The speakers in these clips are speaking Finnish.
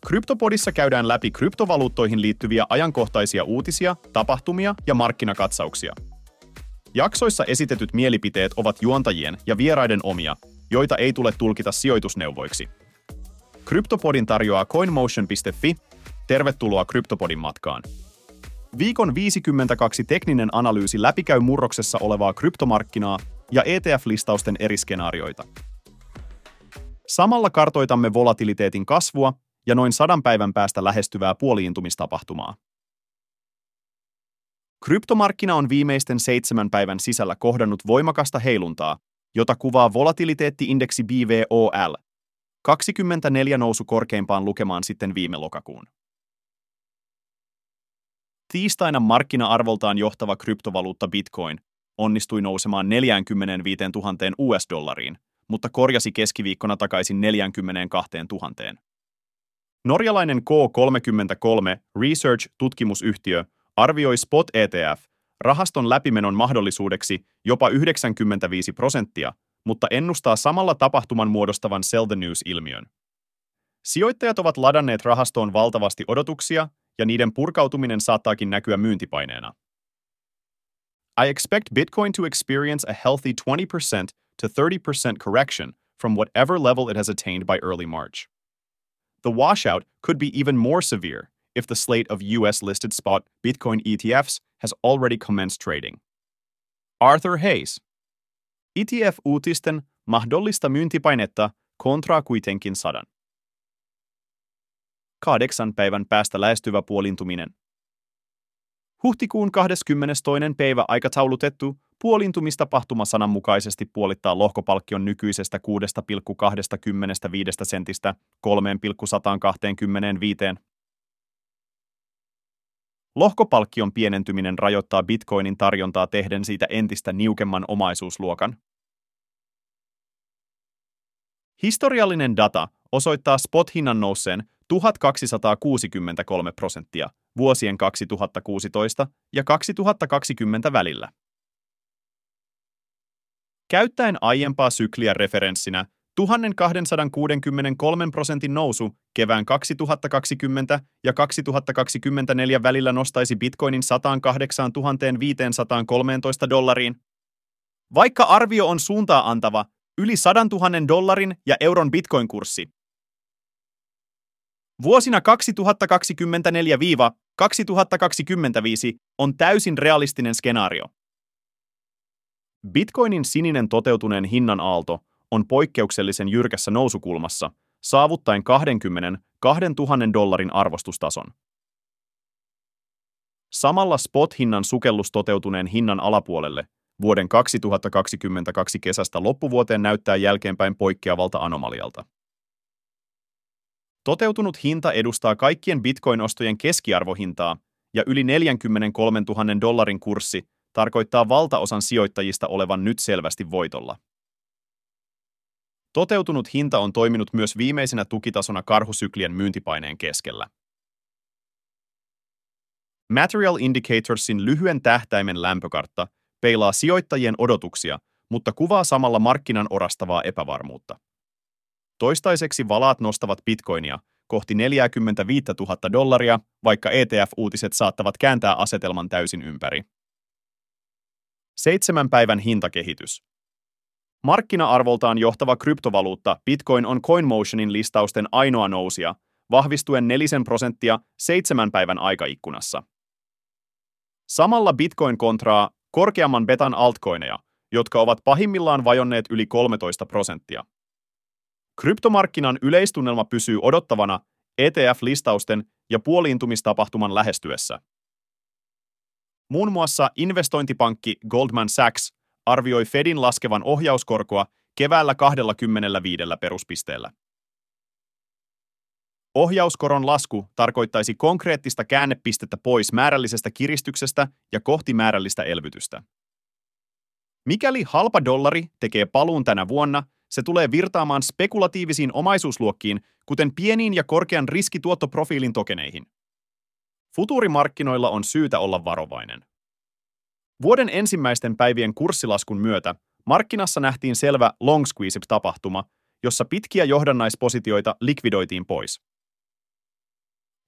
Kryptopodissa käydään läpi kryptovaluuttoihin liittyviä ajankohtaisia uutisia, tapahtumia ja markkinakatsauksia. Jaksoissa esitetyt mielipiteet ovat juontajien ja vieraiden omia, joita ei tule tulkita sijoitusneuvoiksi. Kryptopodin tarjoaa coinmotion.fi. Tervetuloa Kryptopodin matkaan. Viikon 52 tekninen analyysi läpikäy murroksessa olevaa kryptomarkkinaa ja ETF-listausten eri skenaarioita. Samalla kartoitamme volatiliteetin kasvua ja noin 100 päivän päästä lähestyvää puoliintumistapahtumaa. Kryptomarkkina on viimeisten 7 päivän sisällä kohdannut voimakasta heiluntaa, jota kuvaa volatiliteetti-indeksi BVOL. 24 nousu korkeimpaan lukemaan sitten viime lokakuun. Tiistaina markkina-arvoltaan johtava kryptovaluutta Bitcoin onnistui nousemaan 45 000 US-dollariin, mutta korjasi keskiviikkona takaisin 42 000. Norjalainen K33 Research-tutkimusyhtiö arvioi Spot ETF-rahaston läpimenon mahdollisuudeksi jopa 95%, mutta ennustaa samalla tapahtuman muodostavan Sell the News-ilmiön. Sijoittajat ovat ladanneet rahastoon valtavasti odotuksia, ja niiden purkautuminen saattaakin näkyä myyntipaineena. I expect Bitcoin to experience a healthy 20% to 30% correction from whatever level it has attained by early March. The washout could be even more severe if the slate of US-listed spot Bitcoin ETFs has already commenced trading. Arthur Hayes. ETF-uutisten mahdollista myyntipainetta kontraa kuitenkin 100. 8 päivän päästä lähestyvä puoliintuminen. Huhtikuun 22. päivä aikataulutettu puoliintumistapahtuma sananmukaisesti puolittaa lohkopalkkion nykyisestä 6,25 sentistä 3,125. Lohkopalkkion pienentyminen rajoittaa Bitcoinin tarjontaa tehden siitä entistä niukemman omaisuusluokan. Historiallinen data osoittaa spot-hinnan nousseen 1263% vuosien 2016 ja 2020 välillä. Käyttäen aiempaa sykliä referenssinä, 1263% nousu kevään 2020 ja 2024 välillä nostaisi Bitcoinin 108 513 dollariin. Vaikka arvio on suuntaa antava, yli 100 000 dollarin ja euron Bitcoin-kurssi vuosina 2024–2025 on täysin realistinen skenaario. Bitcoinin sininen toteutuneen hinnan aalto on poikkeuksellisen jyrkässä nousukulmassa, saavuttaen 22 000 dollarin arvostustason. Samalla spot-hinnan sukellus toteutuneen hinnan alapuolelle vuoden 2022 kesästä loppuvuoteen näyttää jälkeenpäin poikkeavalta anomalialta. Toteutunut hinta edustaa kaikkien Bitcoin-ostojen keskiarvohintaa, ja yli 43 000 dollarin kurssi tarkoittaa valtaosan sijoittajista olevan nyt selvästi voitolla. Toteutunut hinta on toiminut myös viimeisenä tukitasona karhusyklien myyntipaineen keskellä. Material Indicatorsin lyhyen tähtäimen lämpökartta peilaa sijoittajien odotuksia, mutta kuvaa samalla markkinan orastavaa epävarmuutta. Toistaiseksi valaat nostavat Bitcoinia kohti 45 000 dollaria, vaikka ETF-uutiset saattavat kääntää asetelman täysin ympäri. 7 päivän hintakehitys. Markkina-arvoltaan johtava kryptovaluutta Bitcoin on CoinMotionin listausten ainoa nousija, vahvistuen 4% 7 päivän aikaikkunassa. Samalla Bitcoin kontraa korkeamman betan altcoineja, jotka ovat pahimmillaan vajonneet yli 13%. Kryptomarkkinan yleistunnelma pysyy odottavana ETF-listausten ja puoliintumistapahtuman lähestyessä. Muun muassa investointipankki Goldman Sachs arvioi Fedin laskevan ohjauskorkoa keväällä 25 peruspisteellä. Ohjauskoron lasku tarkoittaisi konkreettista käännepistettä pois määrällisestä kiristyksestä ja kohti määrällistä elvytystä. Mikäli halpa dollari tekee paluun tänä vuonna, se tulee virtaamaan spekulatiivisiin omaisuusluokkiin, kuten pieniin ja korkean riskituottoprofiilin tokeneihin. Futuurimarkkinoilla on syytä olla varovainen. Vuoden ensimmäisten päivien kurssilaskun myötä markkinassa nähtiin selvä long squeeze-tapahtuma, jossa pitkiä johdannaispositioita likvidoitiin pois.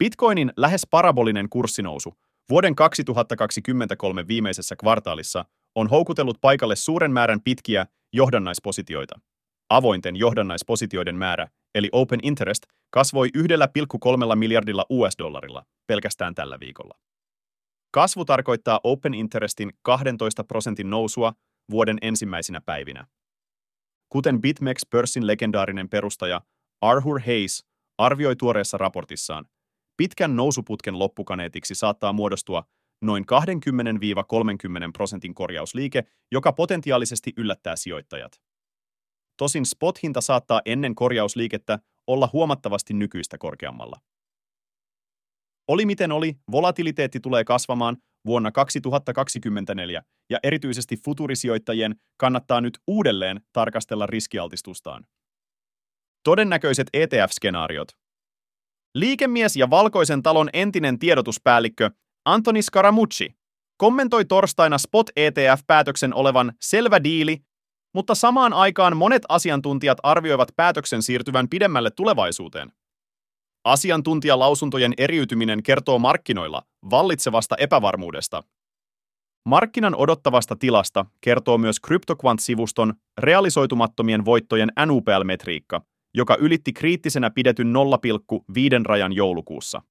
Bitcoinin lähes parabolinen kurssinousu vuoden 2023 viimeisessä kvartaalissa on houkutellut paikalle suuren määrän pitkiä johdannaispositioita. Avointen johdannaispositioiden määrä, eli open interest, kasvoi 1,3 miljardilla US-dollarilla pelkästään tällä viikolla. Kasvu tarkoittaa open interestin 12% nousua vuoden ensimmäisinä päivinä. Kuten BitMEX-pörssin legendaarinen perustaja Arthur Hayes arvioi tuoreessa raportissaan, pitkän nousuputken loppukaneetiksi saattaa muodostua noin 20–30% korjausliike, joka potentiaalisesti yllättää sijoittajat. Tosin spot-hinta saattaa ennen korjausliikettä olla huomattavasti nykyistä korkeammalla. Oli miten oli, volatiliteetti tulee kasvamaan vuonna 2024 ja erityisesti futurisijoittajien kannattaa nyt uudelleen tarkastella riskialtistustaan. Todennäköiset ETF-skenaariot. Liikemies ja Valkoisen talon entinen tiedotuspäällikkö Anthony Scaramucci kommentoi torstaina Spot-ETF-päätöksen olevan selvä diili, mutta samaan aikaan monet asiantuntijat arvioivat päätöksen siirtyvän pidemmälle tulevaisuuteen. Asiantuntijalausuntojen eriytyminen kertoo markkinoilla vallitsevasta epävarmuudesta. Markkinan odottavasta tilasta kertoo myös CryptoQuant-sivuston realisoitumattomien voittojen NUPL-metriikka, joka ylitti kriittisenä pidetyn 0,5 rajan joulukuussa.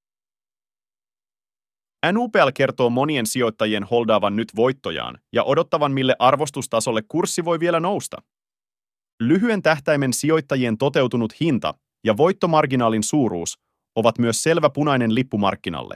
NUPL kertoo monien sijoittajien holdaavan nyt voittojaan ja odottavan, mille arvostustasolle kurssi voi vielä nousta. Lyhyen tähtäimen sijoittajien toteutunut hinta ja voittomarginaalin suuruus ovat myös selvä punainen lippu markkinalle.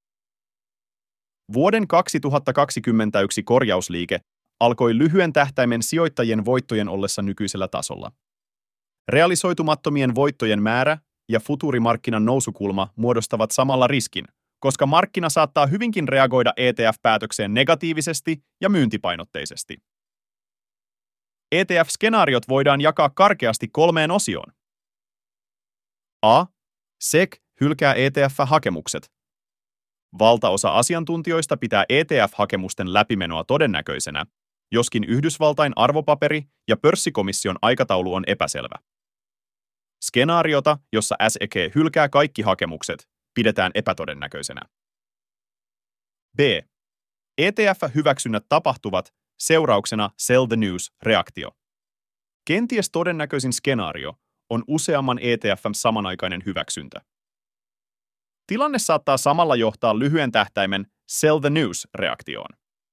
Vuoden 2021 korjausliike alkoi lyhyen tähtäimen sijoittajien voittojen ollessa nykyisellä tasolla. Realisoitumattomien voittojen määrä ja futuurimarkkinan nousukulma muodostavat samalla riskin, koska markkina saattaa hyvinkin reagoida ETF-päätökseen negatiivisesti ja myyntipainotteisesti. ETF-skenaariot voidaan jakaa karkeasti 3 osioon. A. SEC hylkää ETF-hakemukset. Valtaosa asiantuntijoista pitää ETF-hakemusten läpimenoa todennäköisenä, joskin Yhdysvaltain arvopaperi- ja pörssikomission aikataulu on epäselvä. Skenaariota, jossa SEC hylkää kaikki hakemukset, pidetään epätodennäköisenä. B. ETF-hyväksynnät tapahtuvat seurauksena sell the news-reaktio. Kenties todennäköisin skenaario on useamman ETF:n samanaikainen hyväksyntä. Tilanne saattaa samalla johtaa lyhyen tähtäimen sell the news-reaktioon.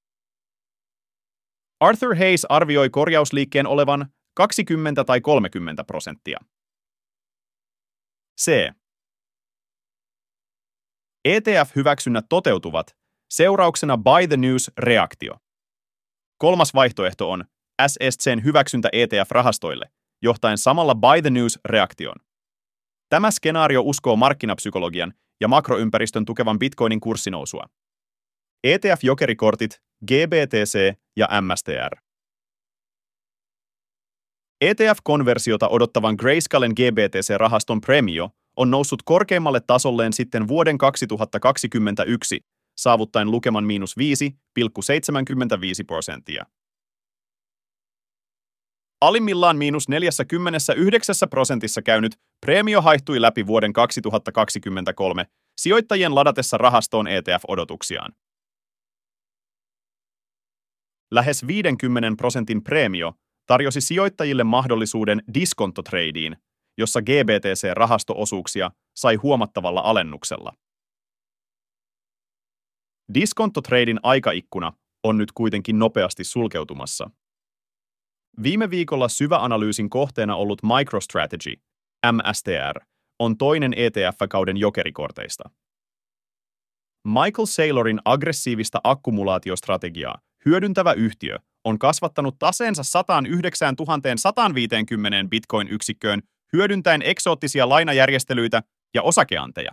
Arthur Hayes arvioi korjausliikkeen olevan 20 tai 30%. C. ETF-hyväksynnät toteutuvat seurauksena buy the news-reaktio. Kolmas vaihtoehto on SSC:n hyväksyntä ETF-rahastoille, johtaen samalla buy the news-reaktioon. Tämä skenaario uskoo markkinapsykologian ja makroympäristön tukevan Bitcoinin kurssinousua. ETF-jokerikortit GBTC ja MSTR. ETF-konversiota odottavan Grayscalen GBTC-rahaston Premio on noussut korkeimmalle tasolleen sitten vuoden 2021, saavuttaen lukeman -5,75%. Alimmillaan -49% käynyt Premio haihtui läpi vuoden 2023 sijoittajien ladatessa rahastoon ETF-odotuksiaan. Lähes 50% Premio tarjosi sijoittajille mahdollisuuden diskontotradeen, jossa GBTC-rahasto-osuuksia sai huomattavalla alennuksella. Diskontotradin aikaikkuna on nyt kuitenkin nopeasti sulkeutumassa. Viime viikolla syväanalyysin kohteena ollut MicroStrategy, MSTR, on toinen ETF-kauden jokerikorteista. Michael Saylorin aggressiivista akkumulaatiostrategiaa hyödyntävä yhtiö on kasvattanut taseensa 109 150 bitcoin-yksikköön hyödyntäen eksoottisia lainajärjestelyitä ja osakeanteja.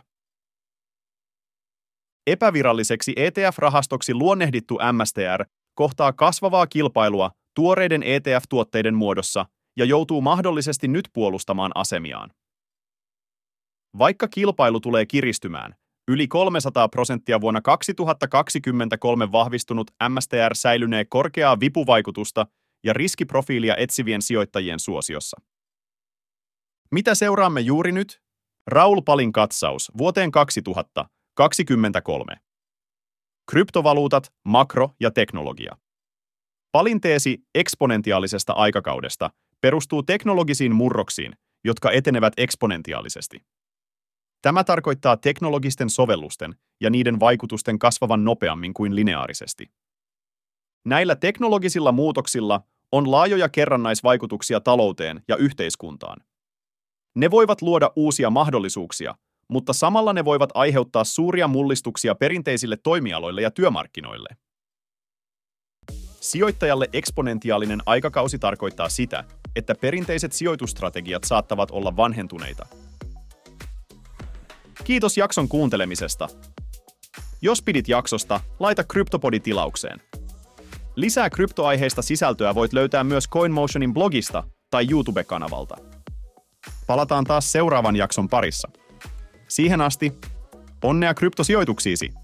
Epäviralliseksi ETF-rahastoksi luonnehdittu MSTR kohtaa kasvavaa kilpailua tuoreiden ETF-tuotteiden muodossa ja joutuu mahdollisesti nyt puolustamaan asemiaan. Vaikka kilpailu tulee kiristymään, yli 300% vuonna 2023 vahvistunut MSTR säilynee korkeaa vipuvaikutusta ja riskiprofiilia etsivien sijoittajien suosiossa. Mitä seuraamme juuri nyt? Raul Palin katsaus vuoteen 2023. Kryptovaluutat, makro ja teknologia. Palin teesi eksponentiaalisesta aikakaudesta perustuu teknologisiin murroksiin, jotka etenevät eksponentiaalisesti. Tämä tarkoittaa teknologisten sovellusten ja niiden vaikutusten kasvavan nopeammin kuin lineaarisesti. Näillä teknologisilla muutoksilla on laajoja kerrannaisvaikutuksia talouteen ja yhteiskuntaan. Ne voivat luoda uusia mahdollisuuksia, mutta samalla ne voivat aiheuttaa suuria mullistuksia perinteisille toimialoille ja työmarkkinoille. Sijoittajalle eksponentiaalinen aikakausi tarkoittaa sitä, että perinteiset sijoitusstrategiat saattavat olla vanhentuneita. Kiitos jakson kuuntelemisesta. Jos pidit jaksosta, laita CryptoPodi tilaukseen. Lisää kryptoaiheista sisältöä voit löytää myös CoinMotionin blogista tai YouTube-kanavalta. Palataan taas seuraavan jakson parissa. Siihen asti, onnea kryptosijoituksiisi!